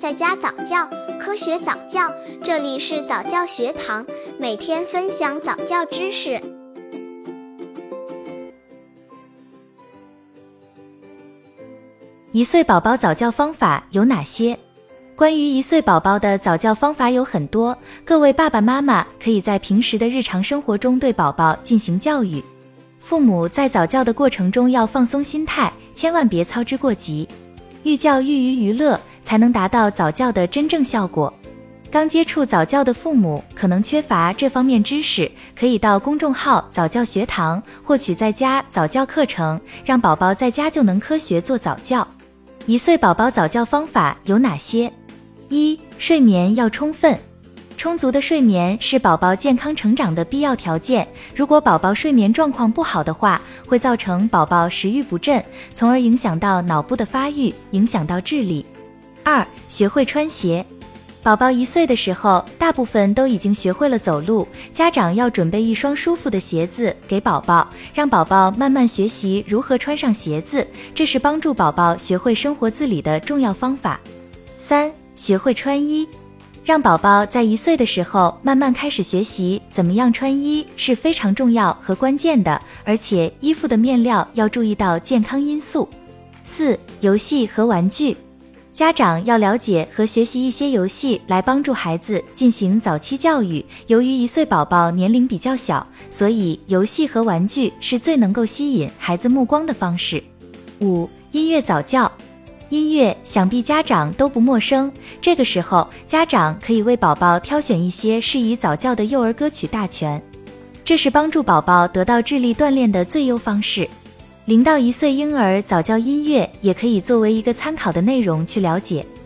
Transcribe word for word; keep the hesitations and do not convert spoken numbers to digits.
在家早教，科学早教，这里是早教学堂，每天分享早教知识。 一岁宝宝早教方法有哪些？关于一岁宝宝的早教方法有很多，各位爸爸妈妈可以在平时的日常生活中对宝宝进行教育。父母在早教的过程中要放松心态，千万别操之过急。寓教育于娱乐，才能达到早教的真正效果。刚接触早教的父母可能缺乏这方面知识，可以到公众号早教学堂获取在家早教课程，让宝宝在家就能科学做早教。一岁宝宝早教方法有哪些？一、睡眠要充分。充足的睡眠是宝宝健康成长的必要条件，如果宝宝睡眠状况不好的话，会造成宝宝食欲不振，从而影响到脑部的发育，影响到智力。二、学会穿鞋。宝宝一岁的时候，大部分都已经学会了走路，家长要准备一双舒服的鞋子给宝宝，让宝宝慢慢学习如何穿上鞋子，这是帮助宝宝学会生活自理的重要方法。三、学会穿衣。让宝宝在一岁的时候慢慢开始学习怎么样穿衣是非常重要和关键的，而且衣服的面料要注意到健康因素。四、游戏和玩具。家长要了解和学习一些游戏来帮助孩子进行早期教育，由于一岁宝宝年龄比较小，所以游戏和玩具是最能够吸引孩子目光的方式。五、音乐早教。音乐想必家长都不陌生，这个时候家长可以为宝宝挑选一些适宜早教的幼儿歌曲大全，这是帮助宝宝得到智力锻炼的最优方式。零到一岁婴儿早教音乐也可以作为一个参考的内容去了解。